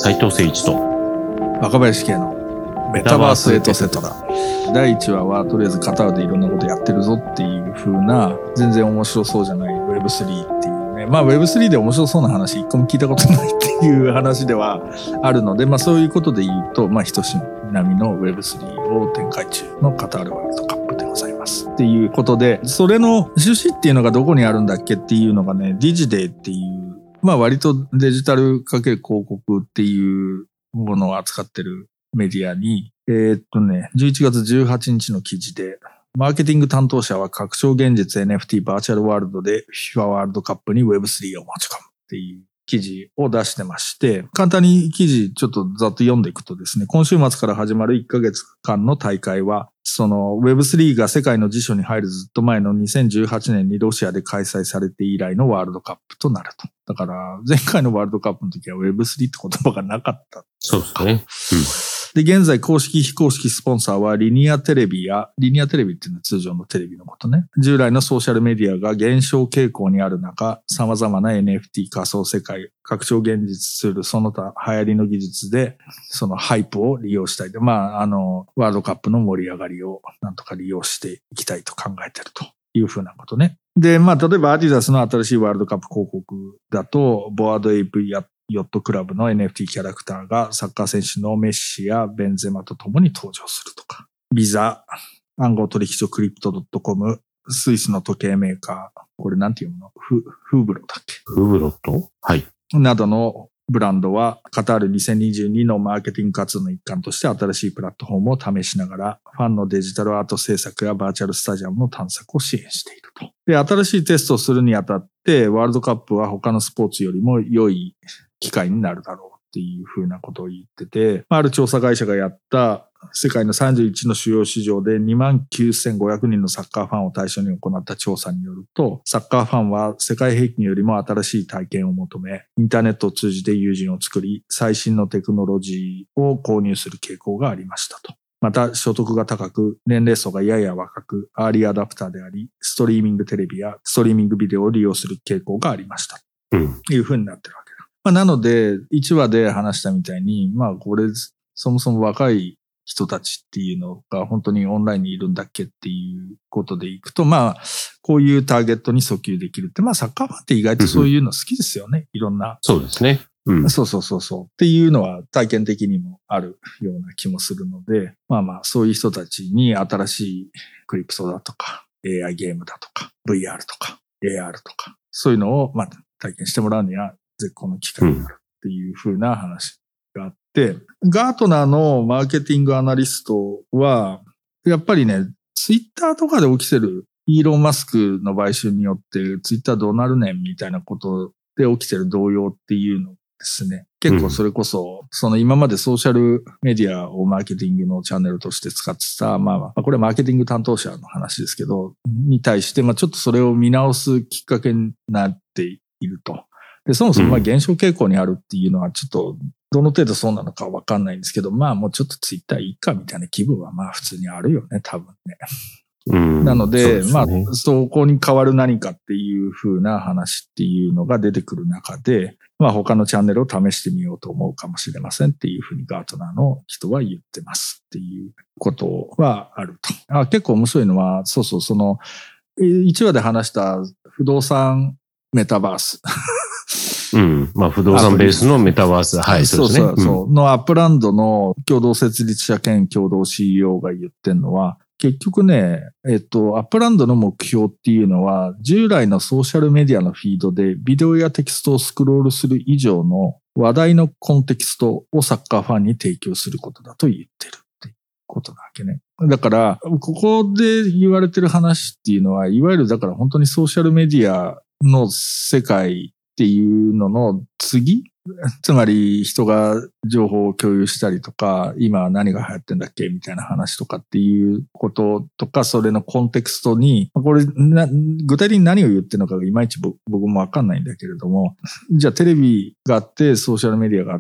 斉藤誠一と若林系のメタバースエトセトラ。第1話はとりあえずカタールでいろんなことやってるぞっていう風な、全然面白そうじゃない Web3 っていうね。まあ Web3 で面白そうな話一個も聞いたことないっていう話ではあるので、まあそういうことで言うと、まあ等し並みの Web3 を展開中のカタールワールドカップでございますっていうことで、それの趣旨っていうのがどこにあるんだっけっていうのがね、ディジデーっていう、まあ割とデジタルかける広告っていうものを扱ってるメディアに、11月18日の記事で、マーケティング担当者は拡張現実 NFT バーチャルワールドで FIFA ワールドカップに Web3 を持ち込むっていう記事を出してまして、簡単に記事ちょっとざっと読んでいくとですね、今週末から始まる1ヶ月間の大会は、その Web3 が世界の辞書に入るずっと前の2018年にロシアで開催されて以来のワールドカップとなると。だから前回のワールドカップの時は Web3 って言葉がなかった。 そうですね。 で、現在公式非公式スポンサーはリニアテレビっていうのは通常のテレビのことね。従来のソーシャルメディアが減少傾向にある中、様々な NFT 仮想世界、拡張現実するその他流行りの技術で、そのハイプを利用したい。で、ワールドカップの盛り上がりをなんとか利用していきたいと考えているというふうなことね。で、例えばアディダスの新しいワールドカップ広告だと、ボワードエイプヨットクラブの NFT キャラクターがサッカー選手のメッシやベンゼマと共に登場するとか、ビザ、暗号取引所クリプト .com、スイスの時計メーカー、これなんていうの？フーブロだっけ？ フーブロと？はい。 などのブランドはカタール2022のマーケティング活動の一環として新しいプラットフォームを試しながらファンのデジタルアート制作やバーチャルスタジアムの探索を支援していると。で、新しいテストをするにあたってワールドカップは他のスポーツよりも良い機会になるだろうっていうふうなことを言ってて、ある調査会社がやった世界の31の主要市場で 29,500 人のサッカーファンを対象に行った調査によると、サッカーファンは世界平均よりも新しい体験を求め、インターネットを通じて友人を作り、最新のテクノロジーを購入する傾向がありましたと。また、所得が高く、年齢層がやや若く、アーリーアダプターであり、ストリーミングテレビやストリーミングビデオを利用する傾向がありました。というふうになってるわけだ。なので、1話で話したみたいに、これ、そもそも若い人たちっていうのが本当にオンラインにいるんだっけっていうことでいくと、こういうターゲットに訴求できるって、サッカーファンって意外とそういうの好きですよね。いろんな。 そうですね。 そうっていうのは体験的にもあるような気もするので、そういう人たちに新しいクリプトだとか AI ゲームだとか VR とか AR とかそういうのを体験してもらうには絶好の機会になるっていう風な話があって、ガートナーのマーケティングアナリストはやっぱりね、ツイッターとかで起きてるイーロン・マスクの買収によってツイッターどうなるねんみたいなことで起きてる動揺っていうのですね。結構それこそ、その今までソーシャルメディアをマーケティングのチャンネルとして使ってた、これはマーケティング担当者の話ですけど、に対して、ちょっとそれを見直すきっかけになっていると。で、そもそも減少傾向にあるっていうのはちょっと、どの程度そうなのかわかんないんですけど、もうちょっとツイッターいいかみたいな気分は普通にあるよね、多分ね。なので、そこに変わる何かっていう風な話っていうのが出てくる中で、他のチャンネルを試してみようと思うかもしれませんっていう風にガートナーの人は言ってますっていうことはあると。結構面白いのは、その、1話で話した不動産メタバース。 不動産ベースのメタバース。はい、そうですね。 のアップランドの共同設立者兼共同 CEO が言ってるのは、結局ね、アップランドの目標っていうのは、従来のソーシャルメディアのフィードでビデオやテキストをスクロールする以上の話題のコンテキストをサッカーファンに提供することだと言ってるってことなわけね。だから、ここで言われてる話っていうのは、いわゆるだから本当にソーシャルメディアの世界っていうのの次？つまり人が情報を共有したりとか、今何が流行ってんだっけみたいな話とかっていうこととか、それのコンテクストに、これ具体的に何を言ってるのかがいまいち僕もわかんないんだけれども、じゃあテレビがあって、ソーシャルメディアがあって、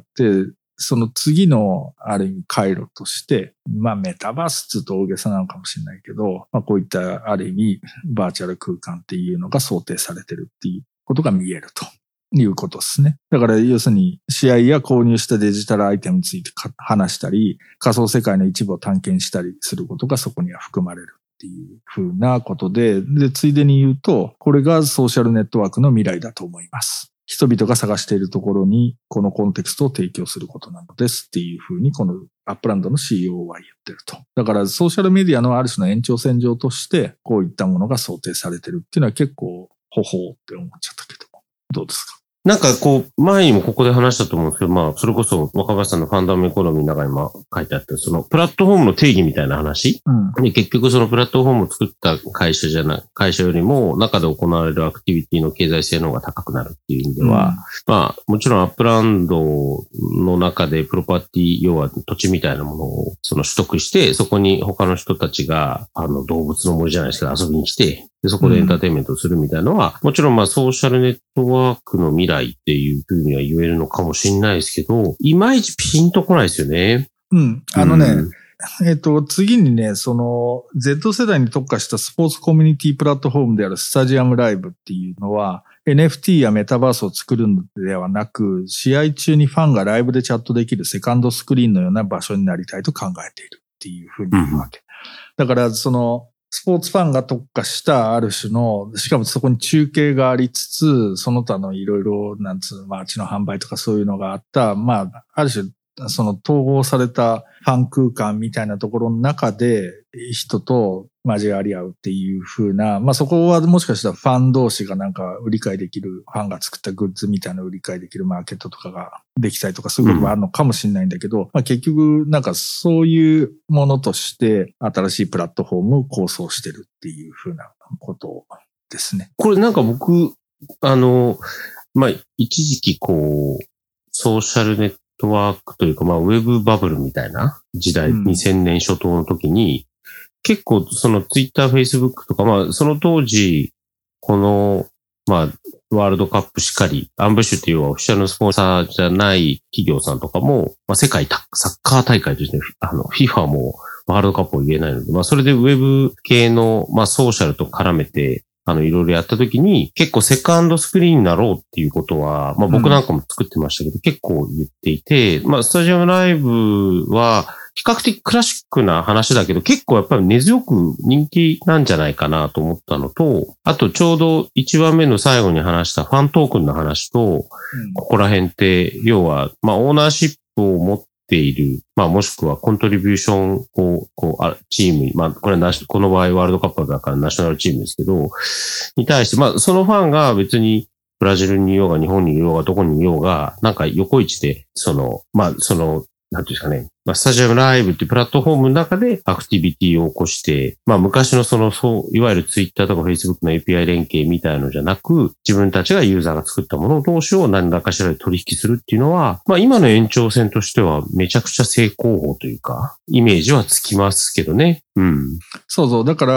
その次のある意味回路として、メタバースって言うと大げさなのかもしれないけど、こういったある意味バーチャル空間っていうのが想定されてるっていうことが見えると。 いうことですね。だから要するに試合や購入したデジタルアイテムについて話したり、仮想世界の一部を探検したりすることがそこには含まれるっていうふうなことで、ついでに言うと、これがソーシャルネットワークの未来だと思います。人々が探しているところにこのコンテクストを提供することなのですっていうふうにこのアップランドの CEO は言ってると。だからソーシャルメディアのある種の延長線上としてこういったものが想定されてるっていうのは結構ほほうって思っちゃったけど、どうですか？ なんかこう、前にもここで話したと思うんですけど、まあ、それこそ若林さんのファンダムエコノミーの中にも書いてあって、そのプラットフォームの定義みたいな話、で結局そのプラットフォームを作った会社よりも中で行われるアクティビティの経済性の方が高くなるっていう意味では、まあ、もちろんアップランドの中でプロパティ、要は土地みたいなものをその取得して、そこに他の人たちが動物の森じゃないですけど遊びに来て、でそこでエンターテインメントをするみたいなのは、もちろんまあソーシャルネットワークの未来っていうふうには言えるのかもしれないですけど、いまいちピンとこないですよね。 次にね、その Z 世代に特化したスポーツコミュニティプラットフォームであるスタジアムライブっていうのは NFT やメタバースを作るのではなく、試合中にファンがライブでチャットできるセカンドスクリーンのような場所になりたいと考えているっていうふうに言うわけ。だからそのスポーツファンが特化したある種の、しかもそこに中継がありつつ、その他のいろいろ、マーチの販売とかそういうのがあった、まあ、ある種、その統合されたファン空間みたいなところの中で人と交わり合うっていう風な、まあそこはもしかしたらファン同士がなんか売り買いできる、ファンが作ったグッズみたいな売り買いできるマーケットとかができたりとかそういうことがあるのかもしれないんだけど、まあ結局なんかそういうものとして新しいプラットフォームを構想してるっていう風なことですね。 これなんか僕、まあ一時期こう、ソーシャルネットワークというか、まあ、ウェブバブルみたいな時代、2000年初頭の時に、結構そのツイッター、フェイスブックとか、まあ、その当時、この、まあ、ワールドカップしかり、アンブッシュっていうオフィシャルのスポンサーじゃない企業さんとかも、まあ、世界サッカー大会として、FIFA もワールドカップを言えないので、まあ、それでウェブ系の、まあ、ソーシャルと絡めて、いろいろやったときに、結構セカンドスクリーンになろうっていうことは、まあ僕なんかも作ってましたけど、結構言っていて、まあスタジアムライブは、比較的クラシックな話だけど、結構やっぱり根強く人気なんじゃないかなと思ったのと、あとちょうど1番目の最後に話したファントークンの話と、ここら辺って、要は、まあオーナーシップを持っている、まあもしくはコントリビューションを、チームに、まあこれはこの場合ワールドカップだからナショナルチームですけど、に対して、まあそのファンが別にブラジルにいようが日本にいようがどこにいようが、なんか横一で、なんていうんですかね。まあ、スタジアムライブっていうプラットフォームの中でアクティビティを起こして、まあ、昔のいわゆるツイッターとかフェイスブックの API 連携みたいのじゃなく、自分たちがユーザーが作ったもの同士を何らかしらで取引するっていうのは、まあ、今の延長線としてはめちゃくちゃ正攻法というか、イメージはつきますけどね。うん。 そうそう。だから、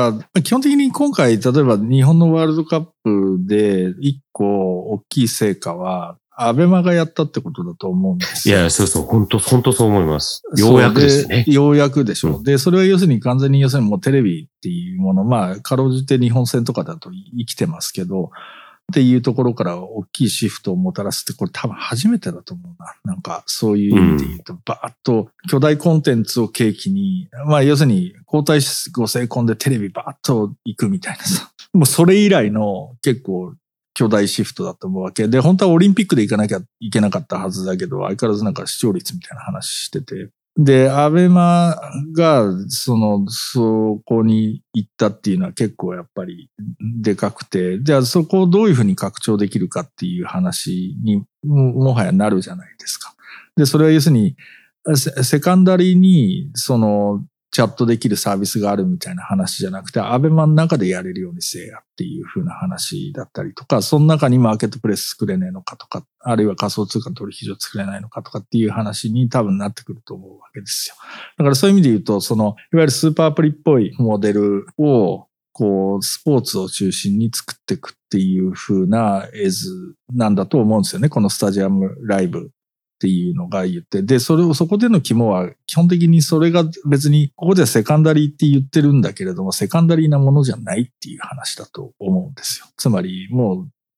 基本的に今回、例えば日本のワールドカップで一個大きい成果は、アベマがやったってことだと思うんですよ。 いや、そうそう、本当そう思います。ようやくですね。 ようやくでしょ。で、それは要するに完全にもうテレビっていうもの、まあ、かろうじて日本戦とかだと生きてますけど、っていうところから大きいシフトをもたらすって、これ多分初めてだと思うな。なんか、そういう意味で言うと、バーッと巨大コンテンツを契機に、まあ、要するに交代ご成婚でテレビバーッと行くみたいなさ。もうそれ以来の結構、巨大シフトだと思うわけで、本当はオリンピックで行かなきゃいけなかったはずだけど、相変わらずなんか視聴率みたいな話してて。で、アベマが、そこに行ったっていうのは結構やっぱりでかくて、じゃあそこをどういうふうに拡張できるかっていう話にもはやなるじゃないですか。で、それは要するに、セカンダリーに、チャットできるサービスがあるみたいな話じゃなくて、アベマの中でやれるようにせえやっていう風な話だったりとか、その中にマーケットプレイス作れねえのかとか、あるいは仮想通貨の取引所作れないのかとかっていう話に多分なってくると思うわけですよ。だからそういう意味で言うと、いわゆるスーパーアプリっぽいモデルを、スポーツを中心に作っていくっていう風な絵図なんだと思うんですよね。このスタジアムライブ。っていうのが言って。で、そこでの肝は、基本的にそれが別に、ここではセカンダリーって言ってるんだけれども、セカンダリーなものじゃないっていう話だと思うんですよ。つまり、もう、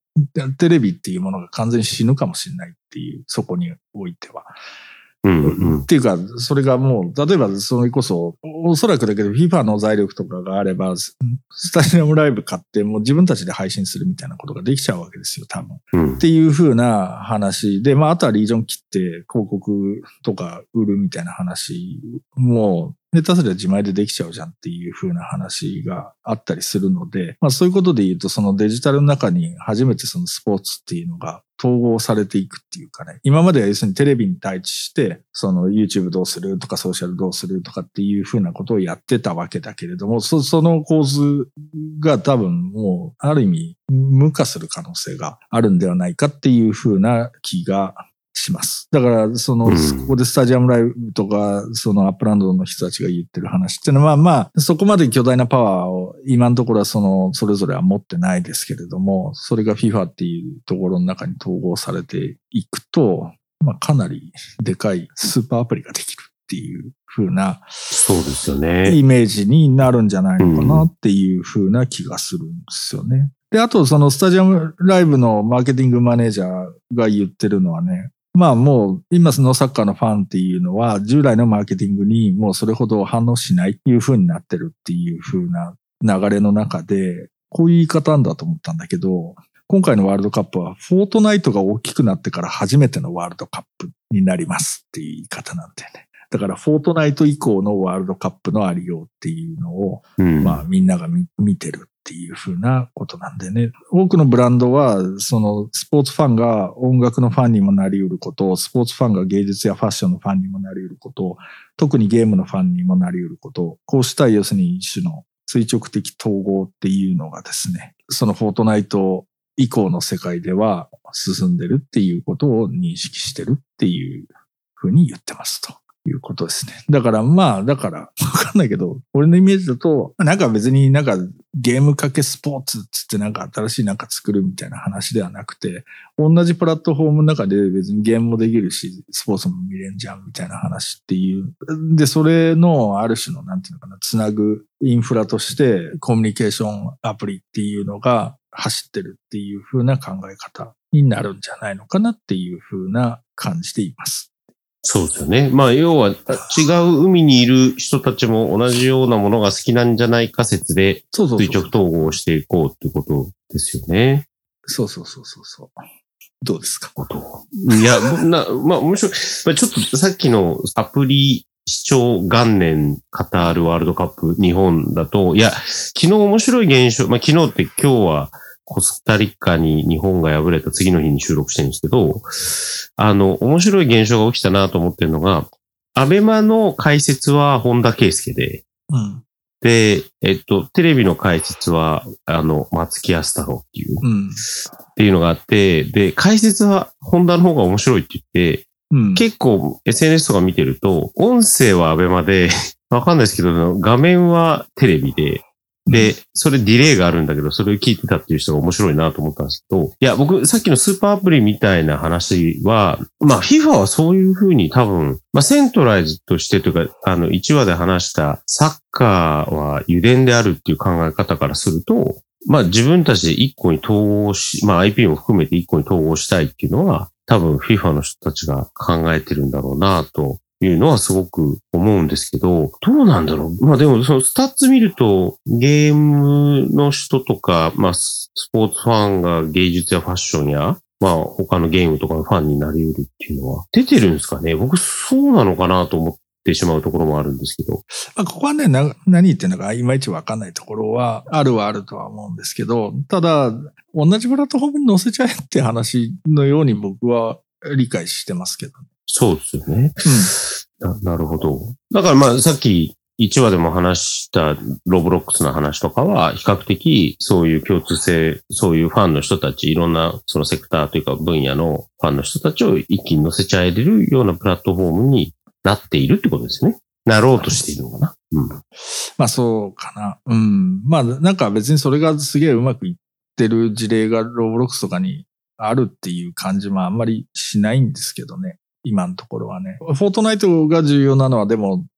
テレビっていうものが完全に死ぬかもしれないっていう、そこにおいては。っていうか、それがもう、例えばそれこそ、おそらくだけど FIFA の財力とかがあれば、スタジアムライブ買ってもう自分たちで配信するみたいなことができちゃうわけですよ、多分。っていう風な話で、あとはリージョン切って広告とか売るみたいな話も、下手すりゃ自前でできちゃうじゃんっていう風な話があったりするので、そういうことで言うと、そのデジタルの中に初めてそのスポーツっていうのが統合されていくっていうかね、今までは要するにテレビに対峙して、その YouTube どうするとかソーシャルどうするとかっていう風なことをやってたわけだけれども、その構図が多分もうある意味無化する可能性があるんではないかっていう風な気がします。だから、ここでスタジアムライブとか、そのアップランドの人たちが言ってる話っていうのは、そこまで巨大なパワーを今のところはそれぞれは持ってないですけれども、それが FIFA っていうところの中に統合されていくと、かなりでかいスーパーアプリができるっていう風な、 そうですよね。 イメージになるんじゃないのかなっていう風な気がするんですよね。で、あとそのスタジアムライブのマーケティングマネージャーが言ってるのはね、もう今のサッカーのファンっていうのは従来のマーケティングにもうそれほど反応しないっていう風になってるっていう風な流れの中で、こういう言い方なんだと思ったんだけど、今回のワールドカップはフォートナイトが大きくなってから初めてのワールドカップになりますっていう言い方なんだよね。だからフォートナイト以降のワールドカップのありようっていうのを、みんなが見てるっていう風なことなんでね。多くのブランドは、そのスポーツファンが音楽のファンにもなり得ること、スポーツファンが芸術やファッションのファンにもなり得ること、特にゲームのファンにもなり得ること、こうした要するに一種の垂直的統合っていうのがですね、そのフォートナイト以降の世界では進んでるっていうことを認識してるっていう風に言ってますと。いうことですね。だからわかんないけど、俺のイメージだと、別にゲームかけスポーツつって新しい作るみたいな話ではなくて、同じプラットフォームの中で別にゲームもできるし、スポーツも見れんじゃんみたいな話っていう。で、それのある種のつなぐインフラとしてコミュニケーションアプリっていうのが走ってるっていう風な考え方になるんじゃないのかなっていう風な感じでいます。 そうですよね。要は違う海にいる人たちも同じようなものが好きなんじゃないか説で、垂直統合していこうってことですよね。 そう。どうですか？ いや、面白い。ちょっとさっきのアプリ視聴元年カタールワールドカップ日本だと、いや、昨日面白い現象、昨日って今日はコスタリカに日本が敗れた次の日に収録してるんですけど、面白い現象が起きたなと思ってるのが、アベマの解説は本田圭佑で、で、テレビの解説は、松木安太郎っていう、っていうのがあって、で、解説は本田の方が面白いって言って、結構 SNS とか見てると、音声はアベマで、わかんないですけど、画面はテレビで、で、それディレイがあるんだけど、それを聞いてたっていう人が面白いなと思ったんですけど、いや、僕、さっきのスーパーアプリみたいな話は、FIFA はそういうふうに多分、セントライズとしてというか、1話で話したサッカーは油田であるっていう考え方からすると、自分たちで一個に統合し、IP も含めて一個に統合したいっていうのは、多分 FIFA の人たちが考えてるんだろうなというのはすごく思うんですけど、どうなんだろう。でもそのスタッツ見るとゲームの人とか、スポーツファンが芸術やファッションや、他のゲームとかのファンになり得るっていうのは出てるんですかね。僕そうなのかなと思ってしまうところもあるんですけど。 ここはね、何言ってんのかいまいちわかんないところはあるとは思うんですけど、ただ、同じプラットフォームに載せちゃえって話のように僕は理解してますけどね。 そうですよね。なるほど。だからさっき1話でも話したロブロックスの話とかは比較的そういう共通性、そういうファンの人たち、いろんなそのセクターというか分野のファンの人たちを一気に乗せちゃえれるようなプラットフォームになっているってことですね。なろうとしているのかな。そうかな。別にそれがすげえうまくいってる事例がロブロックスとかにあるっていう感じもあんまりしないんですけどね。今のところはね。フォートナイトが重要なのはでも、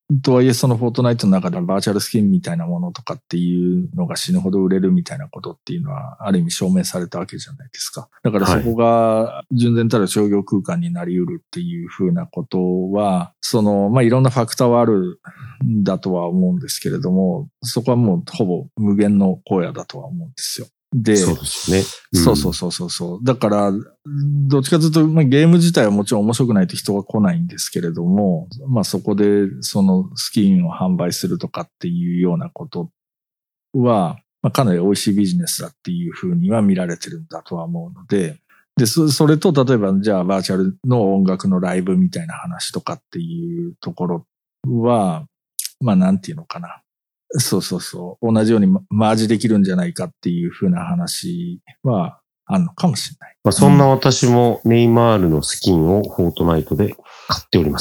とはいえ、そのフォートナイトの中でバーチャルスキンみたいなものとかっていうのが死ぬほど売れるみたいなことっていうのは、ある意味証明されたわけじゃないですか。だからそこが純然たる商業空間になり得るっていうふうなことは、いろんなファクターはあるんだとは思うんですけれども、そこはもうほぼ無限の荒野だとは思うんですよ。で、 そうですね。 そう。だから、どっちかというと、ゲーム自体はもちろん面白くないと人は来ないんですけれども、そこでそのスキンを販売するとかっていうようなことは、かなり美味しいビジネスだっていうふうには見られてるんだとは思うので、それと例えばじゃあバーチャルの音楽のライブみたいな話とかっていうところは、なんていうのかな。そう。同じようにマージできるんじゃないかっていう風な話はあるのかもしれない。 そんな私もネイマールのスキンをフォートナイトで買っております。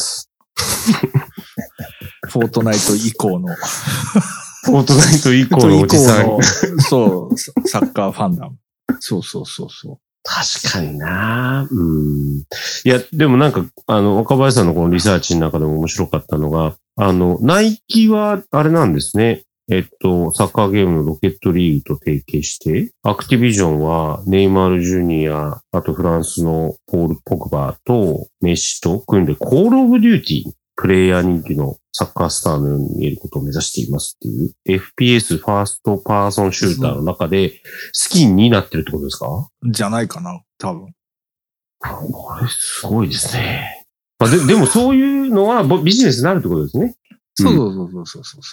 フォートナイト以降の。 フォートナイト以降のおじさん。 そう、サッカーファンダム。そう。 確かにな。いや、でもなんか、若林さんのこのリサーチの中でも面白かったのが、ナイキは、あれなんですね。サッカーゲームのロケットリーグと提携して、アクティビジョンはネイマール・ジュニア、あとフランスのポール・ポグバーとメッシと組んで、コール・オブ・デューティー、プレイヤー人気のサッカースターのように見えることを目指していますっていう、FPS ファーストパーソンシューターの中で、スキンになってるってことですか？ じゃないかな、多分。 これすごいですね。でもそういうのはビジネスになるってことですね。 そう。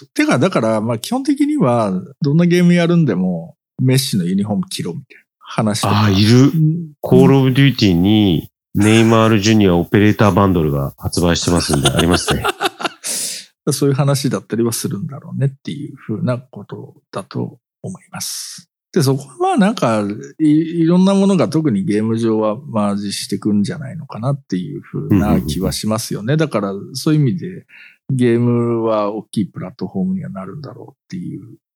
てか、だから、基本的には、どんなゲームやるんでも、メッシのユニフォーム着ろみたいな話とか。 いる。コールオブデューティーに、ネイマールジュニアオペレーターバンドルが発売してますんで、ありますね。 そういう話だったりはするんだろうねっていうふうなことだと思います。で、そこはなんか、いろんなものが特にゲーム上はマージしてくんじゃないのかなっていうふうな気はしますよね。だから、そういう意味で、ゲームは大きいプラットフォームにはなるんだろうっていう。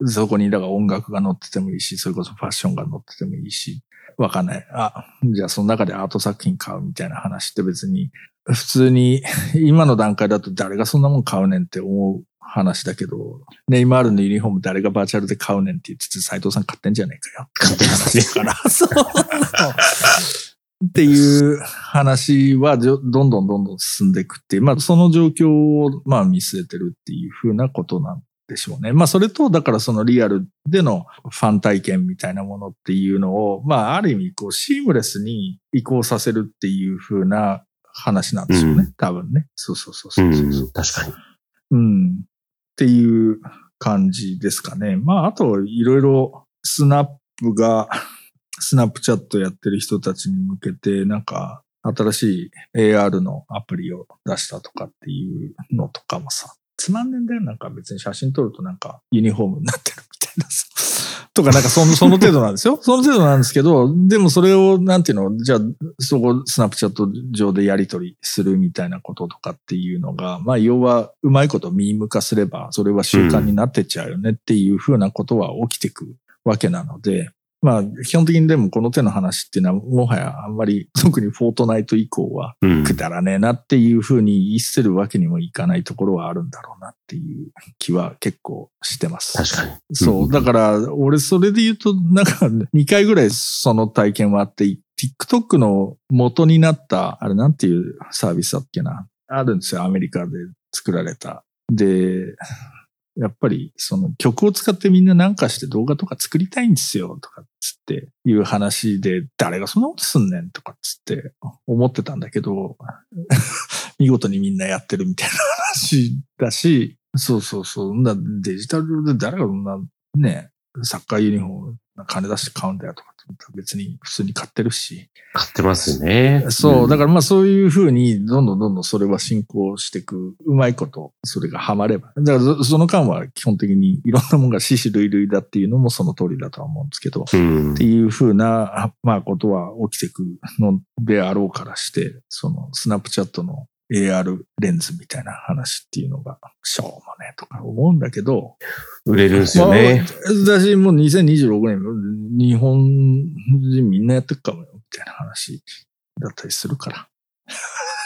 そこに、だから音楽が載っててもいいし、それこそファッションが載っててもいいし、わかんない。じゃあその中でアート作品買うみたいな話って別に、普通に、今の段階だと誰がそんなもん買うねんって思う話だけど、ネイマールのユニフォーム誰がバーチャルで買うねんって言ってて、斉藤さん買ってんじゃねえかよ。 買ってますだから、そう。っていう話はどんどん進んでいくっていう、その状況を見据えてるっていうふうなことなんでしょうね。それと、だからそのリアルでのファン体験みたいなものっていうのを、ある意味シームレスに移行させるっていうふうな話なんでしょうね。多分ね。そう。 確かに。 っていう感じですかね。あと、いろいろスナップチャットやってる人たちに向けて、なんか、新しい AR のアプリを出したとかっていうのとかもさ、つまんねんだよ。なんか別に写真撮るとなんかユニフォームになってるみたいなさ。とかなんかその程度なんですよ。その程度なんですけど、でもそれをなんていうの、じゃあそこスナップチャット上でやり取りするみたいなこととかっていうのが、要はうまいことミーム化すれば、それは習慣になってっちゃうよねっていうふうなことは起きてくわけなので、基本的にでもこの手の話っていうのはもはやあんまり特にフォートナイト以降はくだらねえなっていうふうに言い捨てるわけにもいかないところはあるんだろうなっていう気は結構してます。 確かに。 そう。だから俺それで言うとなんか2回ぐらいその体験はあって、TikTok の元になったあれなんていうサービスだっけな。あるんですよ。アメリカで作られた。で、やっぱりその曲を使ってみんななんかして動画とか作りたいんですよとかつっていう話で、誰がそんなことすんねんとかつって思ってたんだけど、見事にみんなやってるみたいな話だし、そう。デジタルで誰がそんなね、サッカーユニフォーム金出して買うんだよとか別に普通に買ってるし。 買ってますね。 そう。だからそういうふうにどんどんそれは進行していく。うまいこと、それがハマれば。だからその間は基本的にいろんなものが死死類類だっていうのもその通りだとは思うんですけど。っていうふうな、ことは起きていくのであろうからして、そのスナップチャットのAR レンズみたいな話っていうのが、しょうもねとか思うんだけど。 売れるんですよね。 私もう2026年、日本人みんなやってるかもよ、みたいな話だったりするから。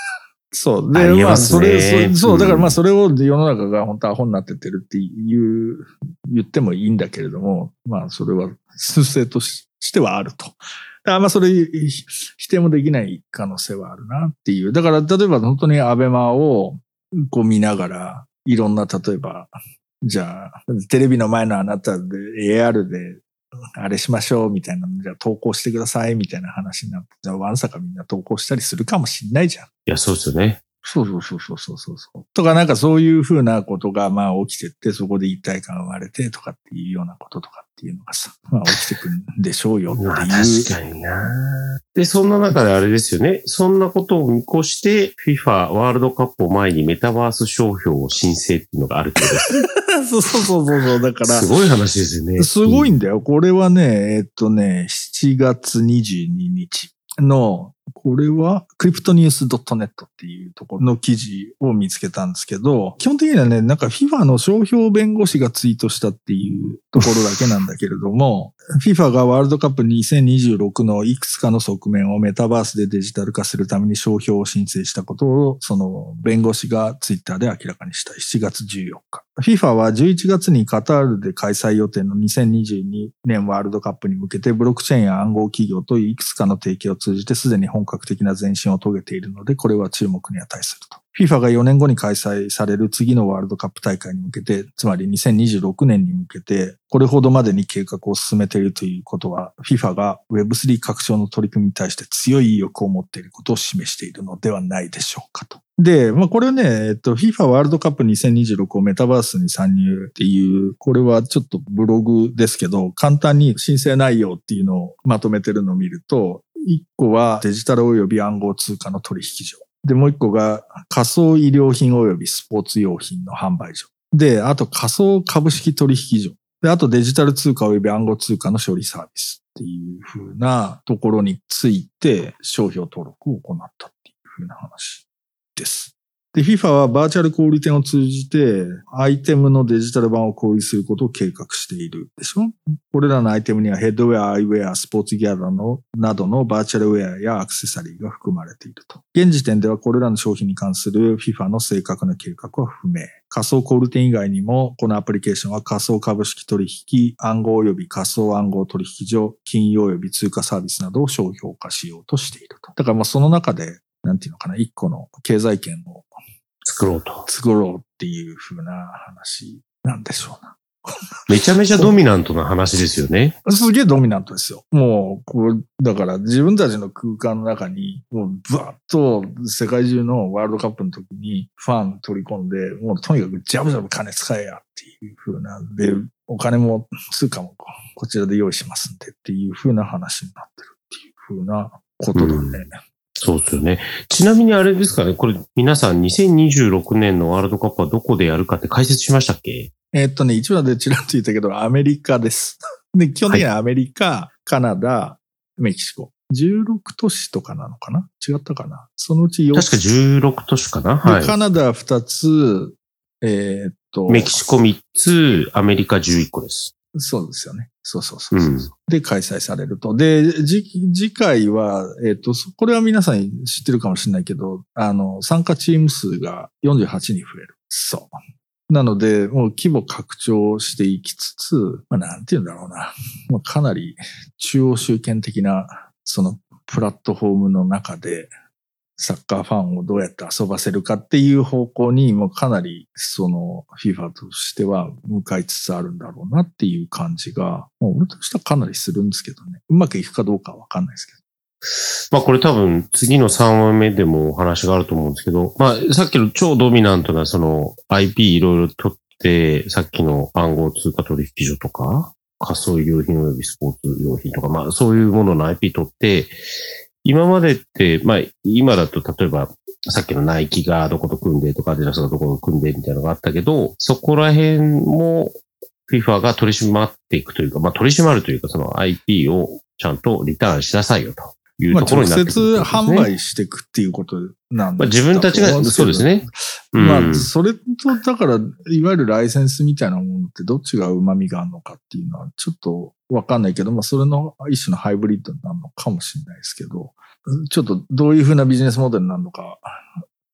そう。 あで、 りえますね。 そう、だからまあそれを世の中が本当アホになってってるって言ってもいいんだけれども、まあそれは数勢としてはあると。だからまあそれ否定もできない可能性はあるなっていう。だから例えば本当にアベマをこう見ながら、いろんな例えば、じゃあテレビの前のあなたで AR であれしましょうみたいなのじゃあ投稿してくださいみたいな話になって、じゃあわんさかみんな投稿したりするかもしんないじゃん。 いや、そうですよね。 そう。とかなんかそういうふうなことがまあ起きてって、そこで一体感生まれてとかっていうようなこととかっていうのがさ、まあ起きてくんでしょうよっていう。 まあ確かにな。で、そんな中であれですよね。そんなことを見越して、FIFA ワールドカップを前にメタバース商標を申請っていうのがあるってことです。 そう。だから。 すごい話ですよね。 すごいんだよ。これはね、7月22日の、これは、クリプトニュース .net っていうところの記事を見つけたんですけど、基本的にはね、なんか FIFA の商標弁護士がツイートしたっていうところだけなんだけれども、FIFA がワールドカップ2026のいくつかの側面をメタバースでデジタル化するために商標を申請したことを、その弁護士がツイッターで明らかにした7月14日。FIFA は11月にカタールで開催予定の2022年ワールドカップに向けてブロックチェーンや暗号企業といくつかの提携を通じてすでに本格的な前進を遂げているので、これは注目に値すると。FIFA が4年後に開催される次のワールドカップ大会に向けて、つまり2026年に向けて、これほどまでに計画を進めているということは、FIFA が Web3 拡張の取り組みに対して強い意欲を持っていることを示しているのではないでしょうかと。で、まあこれね、FIFA ワールドカップ2026をメタバースに参入っていう、これはちょっとブログですけど、簡単に申請内容っていうのをまとめてるのを見ると、1個はデジタル及び暗号通貨の取引所。で、もう1個が仮想医療品及びスポーツ用品の販売所。で、あと仮想株式取引所。で、あとデジタル通貨及び暗号通貨の処理サービスっていう風なところについて商標登録を行ったっていう風な話です。で、FIFA はバーチャル小売店を通じてアイテムのデジタル版を小売することを計画しているでしょ。これらのアイテムにはヘッドウェア、アイウェア、スポーツギアなどのバーチャルウェアやアクセサリーが含まれていると。現時点ではこれらの商品に関する FIFA の正確な計画は不明。仮想小売店以外にも、このアプリケーションは仮想株式取引、暗号及び仮想暗号取引所、金融及び通貨サービスなどを商標化しようとしていると。だからまあその中で、なんていうのかな、一個の経済圏を作ろうっていう風な話なんでしょうな。 めちゃめちゃドミナントな話ですよね。 すげえドミナントですよ。もう、だから自分たちの空間の中に、もうブワッと世界中のワールドカップの時にファン取り込んで、もうとにかくジャブジャブ金使えやっていう風な。で、お金も通貨もこちらで用意しますんでっていう風な話になってるっていう風なことだね。 そうですよね。ちなみにあれですかね、これ皆さん2026年のワールドカップはどこでやるかって解説しましたっけ？ 一話でちらっと言ったけど、アメリカです。で、基本的にはアメリカ、はい、カナダ、メキシコ。16都市とかなのかな？違ったかな？そのうち4つ。 確か16都市かな？はい。 カナダ2つ、 メキシコ3つ、アメリカ11個です。 そうですよね。そう。で、開催されると。で、次回は、これは皆さん知ってるかもしれないけど、参加チーム数が48に増える。そう。なので、もう規模拡張していきつつ、まあ、なんて言うんだろうな。まあ、かなり中央集権的な、そのプラットフォームの中で、サッカーファンをどうやって遊ばせるかっていう方向にもうかなりその FIFA としては向かいつつあるんだろうなっていう感じが、もう俺としてはかなりするんですけどね。うまくいくかどうかはわかんないですけど。 まあこれ多分次の3話目でもお話があると思うんですけど、まあさっきの超ドミナントなその IP いろいろ取って、さっきの暗号通貨取引所とか、仮想医療品及びスポーツ用品とか、まあそういうものの IP 取って、今までって、まあ、今だと例えば、さっきのナイキがどこと組んでとか、アディダスがどこと組んでみたいなのがあったけど、そこら辺も FIFA が取り締まっていくというか、まあ取り締まるというか、その IP をちゃんとリターンしなさいよというところになってくる、ね。 直接販売していくっていうことなんです、 まあ、自分たちが、そうですね。 まあ、それと、だから、いわゆるライセンスみたいなものってどっちが旨味があるのかっていうのはちょっとわかんないけど、まあ、それの一種のハイブリッドなのかもしれないですけど、ちょっとどういうふうなビジネスモデルになるのか、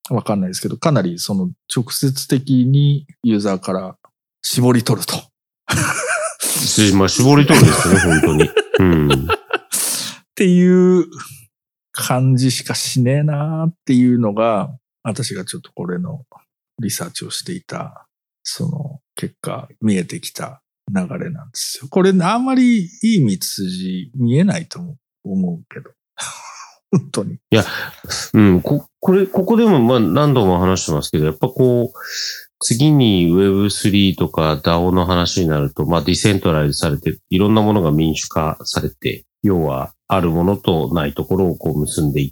わかんないですけど、かなりその直接的にユーザーから絞り取ると。 まあ、絞り取るんですよね、本当に。うん。 っていう感じしかしねえなーっていうのが、私がちょっとこれのリサーチをしていた、その結果見えてきた流れなんですよ。これあんまりいい道筋見えないと思うけど。本当に。 いや、うん、ここでもまあ何度も話してますけど、やっぱこう、次に Web3 とか DAO の話になると、まあディセントライズされて、いろんなものが民主化されて、要はあるものとないところをこう結んでいって、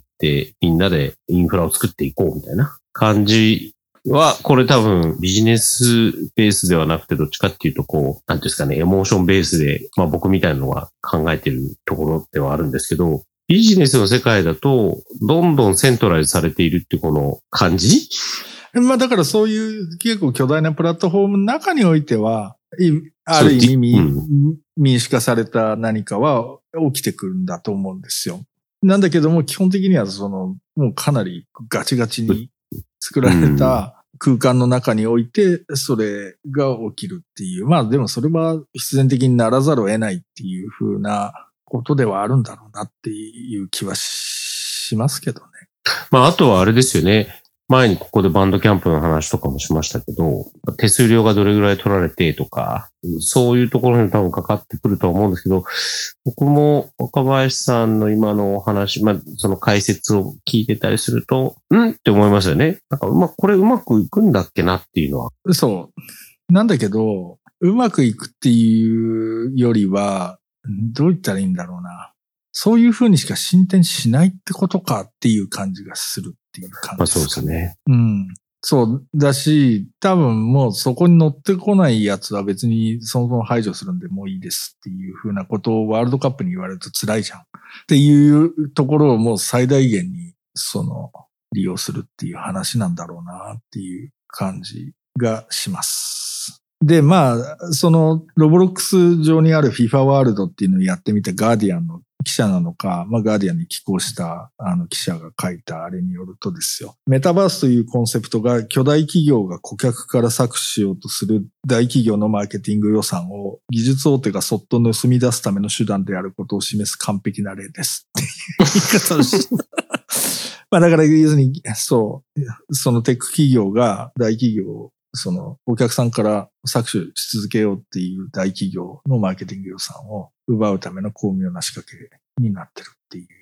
みんなでインフラを作っていこうみたいな感じは、これ多分ビジネスベースではなくて、どっちかっていうとこう、なんていうんですかね、エモーションベースで、まあ僕みたいなのは考えてるところではあるんですけど、ビジネスの世界だと、どんどんセントライズされているってこの感じ？ まあだからそういう結構巨大なプラットフォームの中においては、ある意味、民主化された何かは起きてくるんだと思うんですよ。なんだけども基本的にはもうかなりガチガチに作られた空間の中においてそれが起きるっていう。まあでもそれは必然的にならざるを得ないっていう風なことではあるんだろうなっていう気はしますけどね。 まああとはあれですよね。前にここでバンドキャンプの話とかもしましたけど、手数料がどれぐらい取られてとか、そういうところに多分かかってくるとは思うんですけど、僕も若林さんの今のお話、まあその解説を聞いてたりすると、って思いますよね。なんかこれうまくいくんだっけなっていうのは。 そう。なんだけど、うまくいくっていうよりは、どう言ったらいいんだろうな。そういう風にしか進展しないってことかっていう感じがするっていう感じですかね。 まあそうですね。 うん。そうだし、多分もうそこに乗ってこないやつは別にそもそも排除するんでもういいですっていう風なことをワールドカップに言われると辛いじゃん。っていうところをもう最大限に利用するっていう話なんだろうなっていう感じがします。で、まあ、ロボロックス上にある FIFA ワールドっていうのをやってみたガーディアンの記者なのか、まあ、ガーディアンに寄稿した記者が書いたあれによるとですよ。メタバースというコンセプトが巨大企業が顧客から搾取しようとする大企業のマーケティング予算を技術大手がそっと盗み出すための手段であることを示す完璧な例ですっていう言い方をしてまあだから要するに、そのテック企業が大企業をお客さんから搾取し続けようっていう大企業のマーケティング予算を奪うための巧妙な仕掛けになってるっていう。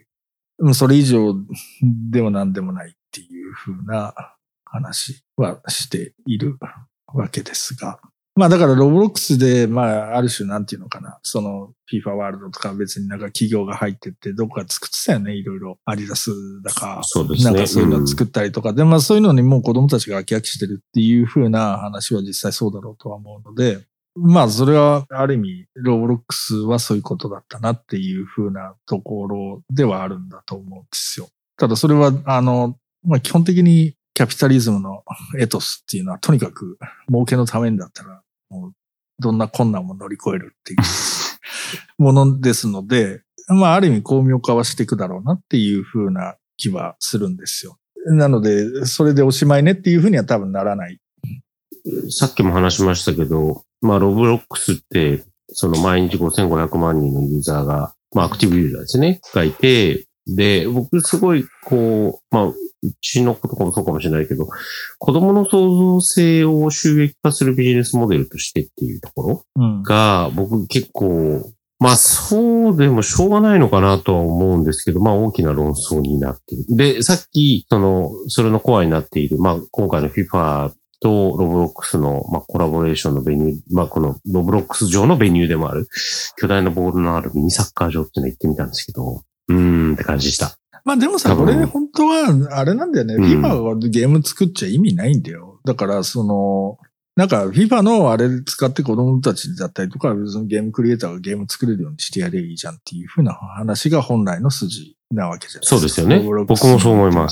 それ以上でも何でもないっていう風な話はしているわけですが。まあだからロボロックスで、まあある種なんていうのかな、FIFA ワールドとか別になんか企業が入ってってどこか作ってたよね、いろいろ。アディダスだか。 そうですね。 なんかそういうのを作ったりとか。で、まあそういうのにもう子供たちが飽き飽きしてるっていう風な話は実際そうだろうとは思うので、まあそれはある意味ロボロックスはそういうことだったなっていう風なところではあるんだと思うんですよ。ただそれはまあ基本的にキャピタリズムのエトスっていうのはとにかく儲けのためにだったらもうどんな困難も乗り越えるっていうものですので、まあある意味巧妙化はしていくだろうなっていう風な気はするんですよ。なのでそれでおしまいねっていう風には多分ならない。 さっきも話しましたけど、まあロブロックスって毎日5500万人のユーザーが、まあアクティブユーザーですね、がいて、で、僕すごいまあうちの子とかもそうかもしれないけど、子供の創造性を収益化するビジネスモデルとしてっていうところが、僕結構、まあそうでもしょうがないのかなとは思うんですけど、まあ大きな論争になっている。で、さっき、それのコアになっている、まあ今回の FIFA とロブロックスの、まあ、コラボレーションのベニュー、まあ、このロブロックス上のベニューでもある、巨大なボールのあるミニサッカー場っていうの行ってみたんですけど、って感じでした。 まあでもさ、これ本当は、あれなんだよね。FIFA はゲーム作っちゃ意味ないんだよ。だから、なんか FIFA のあれ使って子供たちだったりとか、そのゲームクリエイターがゲーム作れるようにしてやればいいじゃんっていう風な話が本来の筋なわけじゃないですか。 そうですよね。僕もそう思います。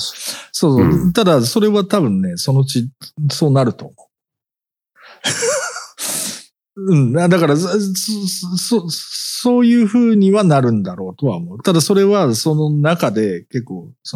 そう。ただ、それは多分ね、そのうち、そうなると思う。だから、そういう風にはなるんだろうとは思う。ただ、それはその中で結構、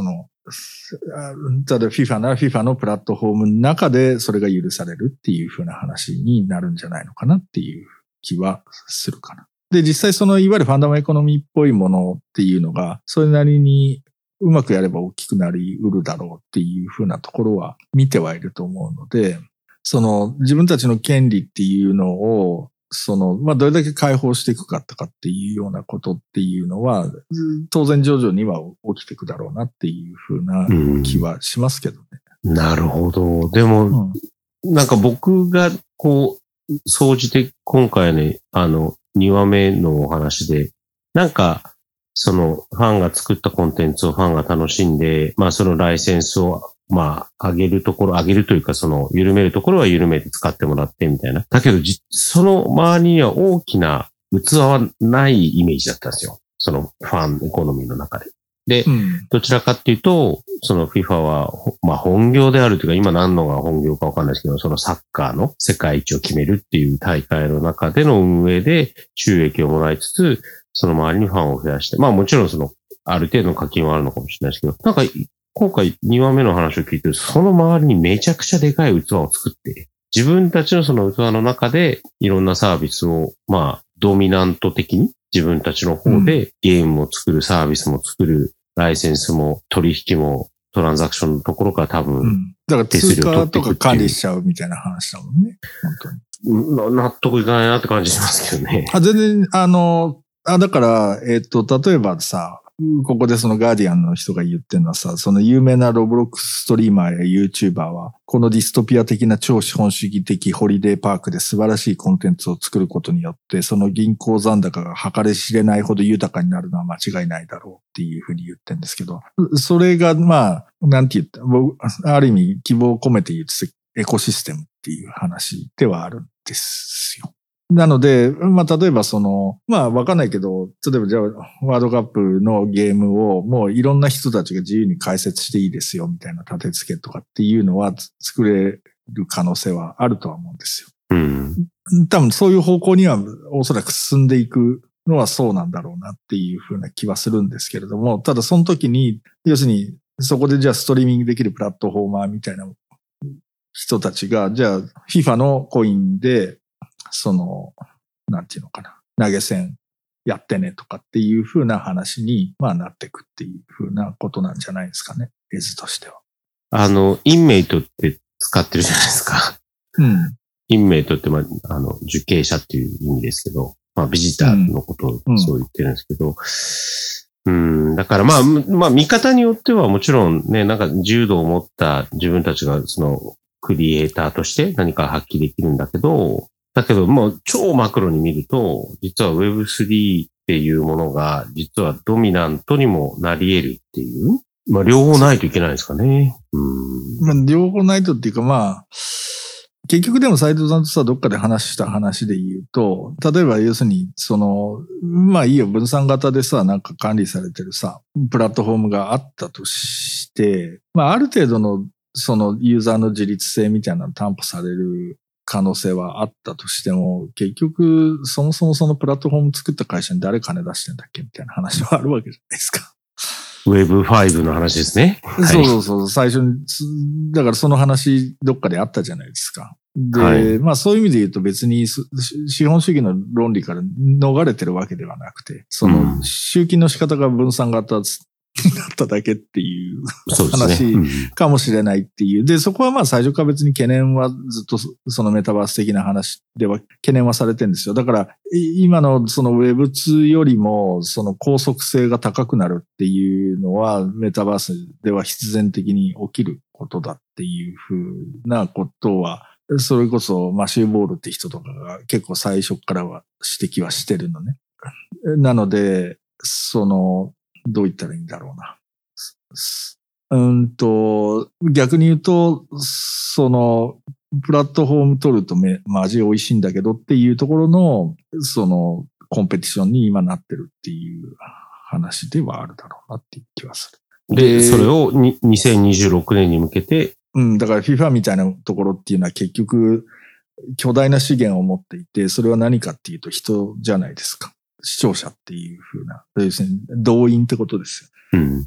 例えば FIFA なら FIFA のプラットフォームの中でそれが許されるっていう風な話になるんじゃないのかなっていう気はするかな。で、実際そのいわゆるファンダムエコノミーっぽいものっていうのが、それなりにうまくやれば大きくなりうるだろうっていう風なところは見てはいると思うので、その自分たちの権利っていうのを、どれだけ解放していくかとかっていうようなことっていうのは、当然徐々には起きていくだろうなっていう風な気はしますけどね。 なるほど。でも、なんか僕が総じて今回ね、2話目のお話で、なんか、ファンが作ったコンテンツをファンが楽しんで、そのライセンスを、上げるというか、緩めるところは緩めて使ってもらってみたいな。だけど、その周りには大きな器はないイメージだったんですよ。そのファンエコノミーの中で。で、どちらかっていうと、FIFA は、本業であるというか、今何のが本業かわかんないですけど、そのサッカーの世界一を決めるっていう大会の中での運営で収益をもらいつつ、その周りにファンを増やして、もちろんある程度の課金はあるのかもしれないですけど、なんか、今回2話目の話を聞いてると、その周りにめちゃくちゃでかい器を作って、自分たちのその器の中でいろんなサービスを、ドミナント的に自分たちの方でゲームも作る、サービスも作る、ライセンスも取引もトランザクションのところから多分、 だから通貨とか管理しちゃうみたいな話だもんね。 本当に。納得いかないなって感じしますけどね。 全然、だから、例えばさ、ここでそのガーディアンの人が言ってるのはさ、その有名なロブロックスストリーマーや YouTuber は、このディストピア的な超資本主義的ホリデーパークで素晴らしいコンテンツを作ることによって、その銀行残高が計り知れないほど豊かになるのは間違いないだろうっていうふうに言ってるんですけど、それがなんて言った、ある意味希望を込めて言うとエコシステムっていう話ではあるんですよ。なので、例えばわかんないけど、例えばじゃあ、ワールドカップのゲームをもういろんな人たちが自由に解説していいですよ、みたいな立て付けとかっていうのは作れる可能性はあるとは思うんですよ。多分そういう方向にはおそらく進んでいくのはそうなんだろうなっていうふうな気はするんですけれども、ただその時に、要するにそこでじゃあストリーミングできるプラットフォーマーみたいな人たちが、じゃあ FIFA のコインで、なんていうのかな、投げ銭やってねとかっていう風な話に、なっていくっていう風なことなんじゃないですかね、絵図としては。 インメイトって使ってるじゃないですか。インメイトって、受刑者っていう意味ですけど、ビジターのことをそう言ってるんですけど、だから見方によってはもちろんね、なんか自由度を持った自分たちがクリエイターとして何か発揮できるんだけど、もう超マクロに見ると、実は Web3 っていうものが、実はドミナントにもなり得るっていう。両方ないといけないですかね。 両方ないとっていうか結局でも斉藤さんとさ、どっかで話した話で言うと、例えば要するに、いいよ、分散型でさ、なんか管理されてるさ、プラットフォームがあったとして、ある程度のユーザーの自立性みたいなの担保される可能性はあったとしても、結局、そもそもそのプラットフォーム作った会社に誰金出してんだっけみたいな話はあるわけじゃないですか。 Web5 の話ですね。 そう、最初に、だからその話どっかであったじゃないですか。で、そういう意味で言うと別に資本主義の論理から逃れてるわけではなくて、集金の仕方が分散型になっただけっていう話かもしれないっていう。で、そこは最初から別に懸念はずっとそのメタバース的な話では懸念はされてるんですよ。だから今のその Web2 よりもその高速性が高くなるっていうのはメタバースでは必然的に起きることだっていうふうなことは、それこそマシュー・ボールって人とかが結構最初からは指摘はしてるのね。なので、どう言ったらいいんだろうな。逆に言うと、プラットフォーム取ると味美味しいんだけどっていうところの、コンペティションに今なってるっていう話ではあるだろうなっていう気はする。で、それを2026年に向けて、 だから FIFA みたいなところっていうのは結局、巨大な資源を持っていて、それは何かっていうと人じゃないですか。視聴者っていう風な、要するに動員ってことですよ。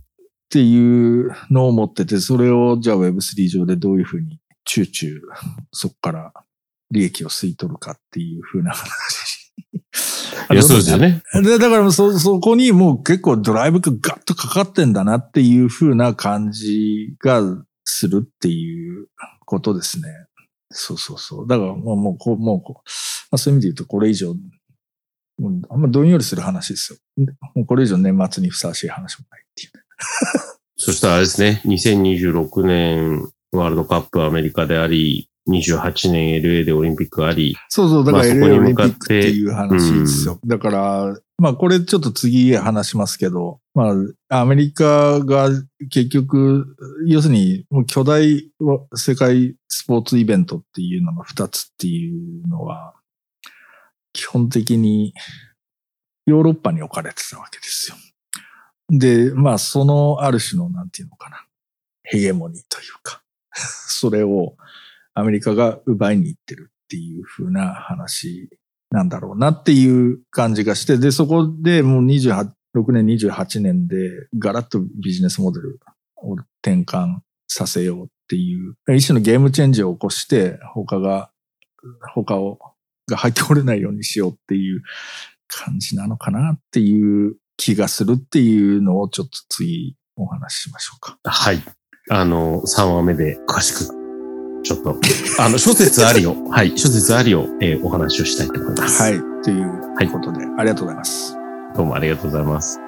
っていうのを持ってて、それをじゃあ Web3 上でどういうふうにそこから利益を吸い取るかっていうふうな話。 いや、そうですよね。 だからそこにもう結構ドライブがガッとかかってんだなっていうふうな感じがするっていうことですね。そう。だからもう、まあ、そういう意味で言うとこれ以上、もうあんまどんよりする話ですよ。もうこれ以上年末にふさわしい話もないっていう。 そしたらあれですね、2026年ワールドカップアメリカであり、28年 LA でオリンピックあり。 そう、だから LA オリンピックっていう話ですよ。だから、まあこれちょっと次話しますけど、まあアメリカが結局、要するにもう巨大世界スポーツイベントっていうのが2つっていうのは、基本的にヨーロッパに置かれてたわけですよ。で、まあそのある種のなんていうのかな、ヘゲモニーというか、それをアメリカが奪いに行ってるっていう風な話なんだろうなっていう感じがして、で、そこでもう6年、28年でガラッとビジネスモデルを転換させようっていう、一種のゲームチェンジを起こして、他が入ってこれないようにしようっていう感じなのかなっていう気がするっていうのをちょっと次お話ししましょうか。 はい。3話目で詳しく。ちょっと、諸説ありを、はい、諸説ありを、お話をしたいと思います。 はい、ということで、ありがとうございます。 どうもありがとうございます。